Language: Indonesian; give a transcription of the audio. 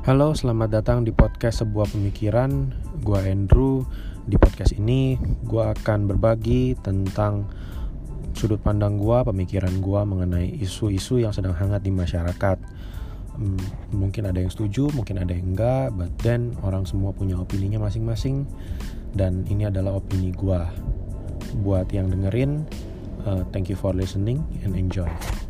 Halo, selamat datang di podcast Sebuah Pemikiran. Gua Andrew. Di podcast ini gua akan berbagi tentang sudut pandang gua, pemikiran gua mengenai isu-isu yang sedang hangat di masyarakat. Mungkin ada yang setuju, mungkin ada yang enggak, but then orang semua punya opininya masing-masing. Dan ini adalah opini gua. Buat yang dengerin, thank you for listening and enjoy.